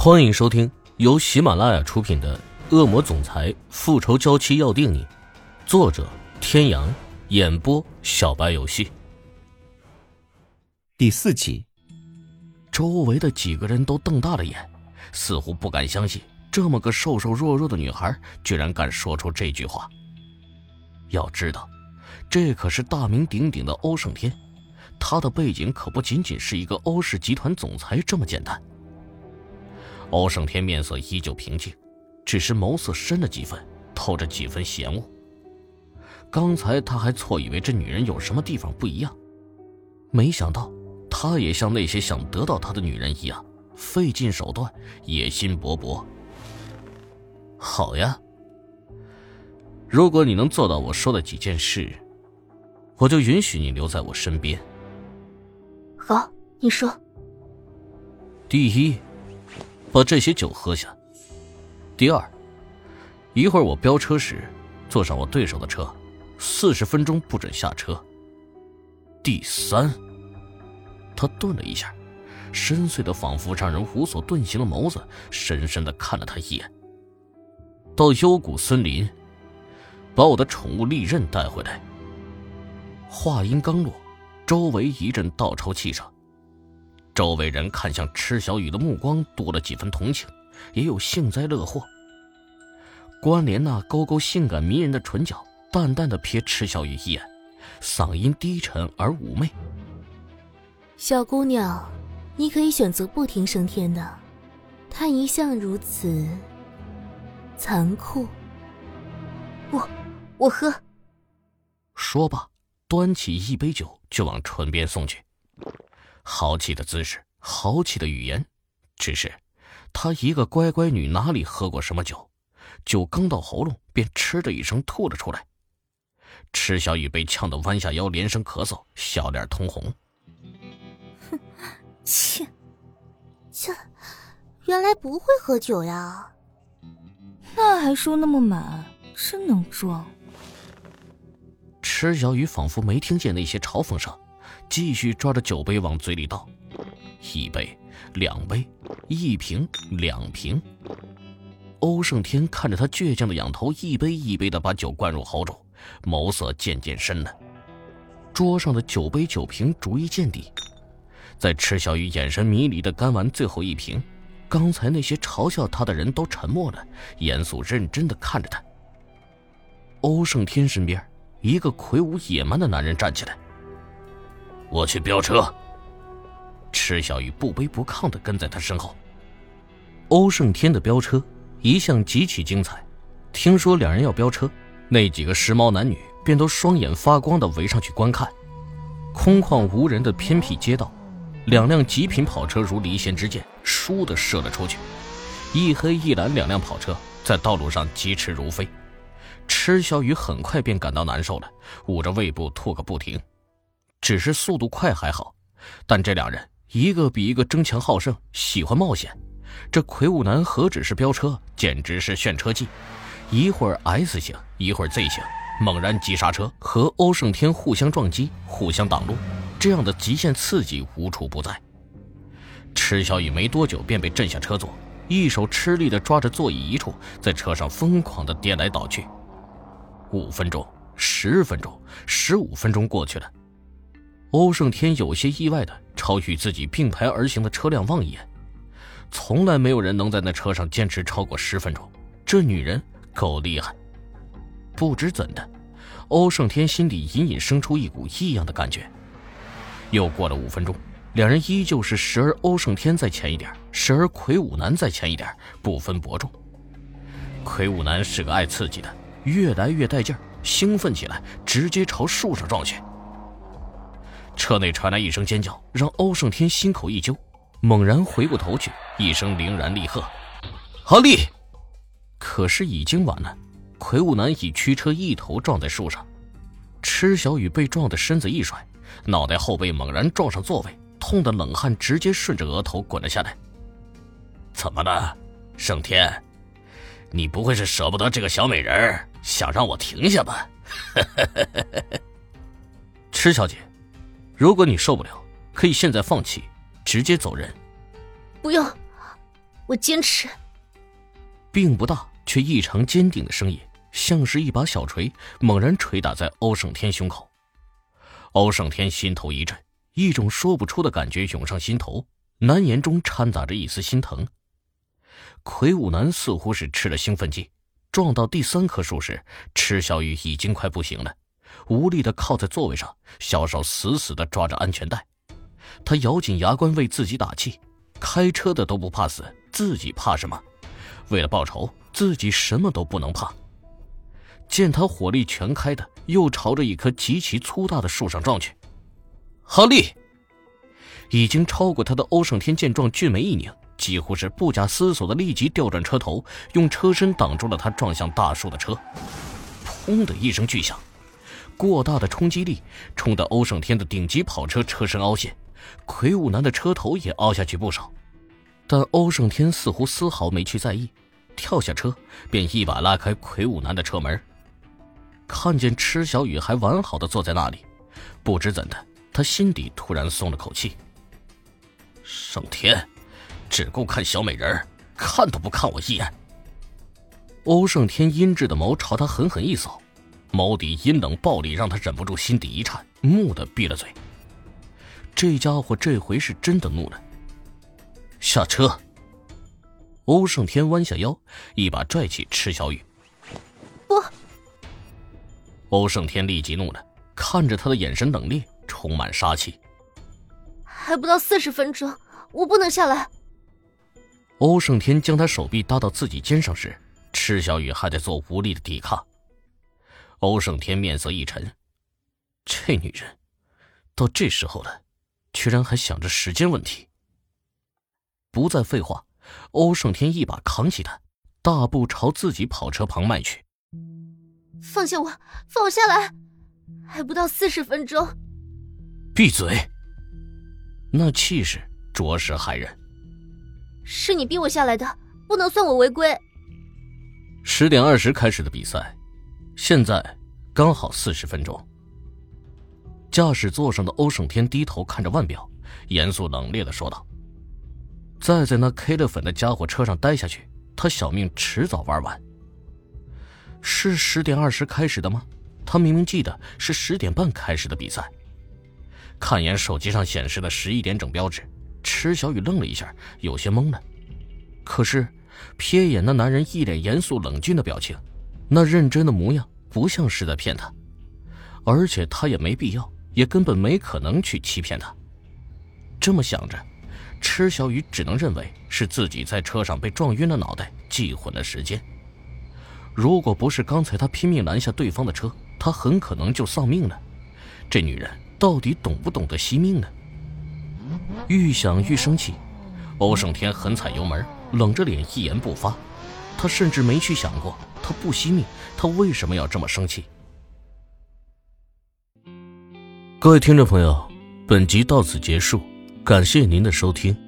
欢迎收听由喜马拉雅出品的《恶魔总裁复仇娇妻要定你》，作者天阳，演播小白游戏。 第4集。 周围的几个人都瞪大了眼，似乎不敢相信这么个瘦瘦弱弱的女孩居然敢说出这句话。要知道，这可是大名鼎鼎的欧胜天，他的背景可不仅仅是一个欧氏集团总裁这么简单。欧胜天面色依旧平静，只是眸色深了几分，透着几分嫌恶。刚才他还错以为这女人有什么地方不一样，没想到他也像那些想得到她的女人一样，费尽手段，野心勃勃。好呀，如果你能做到我说的几件事，我就允许你留在我身边。 好，你说。 第一，把这些酒喝下。第二，一会儿我飙车时坐上我对手的车，40分钟不准下车。第三，他顿了一下，深邃的仿佛让人无所遁形的眸子深深地看了他一眼。到幽谷森林把我的宠物利刃带回来。话音刚落，周围一阵倒抽气声，周围人看向池小雨的目光多了几分同情，也有幸灾乐祸。关联那勾勾性感迷人的唇角淡淡的瞥池小雨一眼，嗓音低沉而妩媚。 小姑娘，你可以选择不听升天的，他一向如此残酷。我喝。 说罢，端起一杯酒就往唇边送去。豪气的姿势，豪气的语言，只是她一个乖乖女哪里喝过什么酒，酒刚到喉咙便嗤的一声吐了出来。池小雨被呛得弯下腰，连声咳嗽，小脸通红。 哼，切，这原来不会喝酒呀。 那还说那么满，真能装。 池小雨仿佛没听见那些嘲讽声，继续抓着酒杯往嘴里倒。1杯2杯1瓶2瓶。欧胜天看着他倔强的仰头，一杯一杯地把酒灌入喉中，眸色渐渐深了。桌上的酒杯酒瓶逐一见底，在池小雨眼神迷离地干完最后1瓶，刚才那些嘲笑他的人都沉默了，严肃认真地看着他。欧胜天身边一个魁梧野蛮的男人站起来。我去飙车。池小雨不卑不亢地跟在他身后。欧胜天的飙车一向极其精彩，听说两人要飙车，那几个时髦男女便都双眼发光地围上去观看。空旷无人的偏僻街道，2辆极品跑车如离弦之箭，倏地射了出去。一黑一蓝2辆跑车在道路上疾驰如飞。池小雨很快便感到难受了，捂着胃部吐个不停。只是速度快还好，但这两人一个比一个争强好胜，喜欢冒险。这魁梧男何止是飙车，简直是炫车技，一会儿 S 型，一会儿 Z 型，猛然急刹车，和欧胜天互相撞击，互相挡路，这样的极限刺激无处不在。池小雨没多久便被震下车座，一手吃力地抓着座椅一处，在车上疯狂地颠来倒去。5分钟、10分钟、15分钟过去了，欧胜天有些意外地朝与自己并排而行的车辆望一眼，从来没有人能在那车上坚持超过10分钟，这女人够厉害。不知怎的，欧胜天心底隐隐生出一股异样的感觉。又过了5分钟，两人依旧是时而欧胜天再前一点，时而魁梧男再前一点，不分伯仲。魁梧男是个爱刺激的，越来越带劲儿，兴奋起来，直接朝树上撞去。车内传来一声尖叫，让欧胜天心口一揪，猛然回过头去，一声凌然厉喝：哈利！可是已经晚了，魁梧男已驱车一头撞在树上。池小雨被撞得身子一甩，脑袋后背猛然撞上座位，痛得冷汗直接顺着额头滚了下来。怎么了，胜天？你不会是舍不得这个小美人，想让我停下吧？池小姐，如果你受不了，可以现在放弃，直接走人。 不要！ 我坚持。 并不大却异常坚定的声音，像是一把小锤猛然捶打在欧胜天胸口。欧胜天心头一震，一种说不出的感觉涌上心头，难言中掺杂着一丝心疼。魁梧男似乎是吃了兴奋剂，撞到第3棵树时，池小雨已经快不行了，无力地靠在座位上，小手死死地抓着安全带。他咬紧牙关为自己打气，开车的都不怕死，自己怕什么？为了报仇，自己什么都不能怕。见他火力全开的又朝着一棵极其粗大的树上撞去。哈利！已经超过他的欧胜天见状俊眉一拧，几乎是不假思索的立即调转车头，用车身挡住了他撞向大树的车。砰的一声巨响，过大的冲击力冲得欧胜天的顶级跑车车身凹陷，魁梧男的车头也凹下去不少。但欧胜天似乎丝毫没去在意，跳下车便一把拉开魁梧男的车门。看见池小雨还完好的坐在那里，不知怎的，他心底突然松了口气。胜天只顾看小美人，看都不看我一眼。欧胜天阴鸷的眸朝他狠狠一扫，眸底阴冷暴力让他忍不住心底一颤，蓦地闭了嘴。这家伙这回是真的怒了。下车！欧胜天弯下腰，一把拽起池小雨。 不！ 欧胜天立即怒了，看着他的眼神冷冽，充满杀气。 还不到40分钟，我不能下来。 欧胜天将他手臂搭到自己肩上时，池小雨还在做无力的抵抗。欧胜天面色一沉，这女人到这时候了，居然还想着时间问题。不再废话，欧胜天一把扛起他，大步朝自己跑车旁迈去。 放下我，放我下来！还不到40分钟。 闭嘴！那气势着实骇人。 是你逼我下来的，不能算我违规。 10点20开始的比赛，现在刚好40分钟。驾驶座上的欧胜天低头看着腕表，严肃冷冽地说道：再在那 K 了粉的家伙车上待下去，他小命迟早玩完。是10点20开始的吗？他明明记得是10点半开始的比赛。看眼手机上显示的11点整标志，池小雨愣了一下，有些懵了。可是瞥眼那男人一脸严肃冷峻的表情，那认真的模样不像是在骗他，而且他也没必要，也根本没可能去欺骗他。这么想着，池小雨只能认为是自己在车上被撞晕了脑袋，记混了时间。如果不是刚才他拼命拦下对方的车，他很可能就丧命了。这女人到底懂不懂得惜命呢？愈想愈生气，欧胜天狠踩油门，冷着脸一言不发。他甚至没去想过，他不惜命，他为什么要这么生气？各位听众朋友，本集到此结束，感谢您的收听。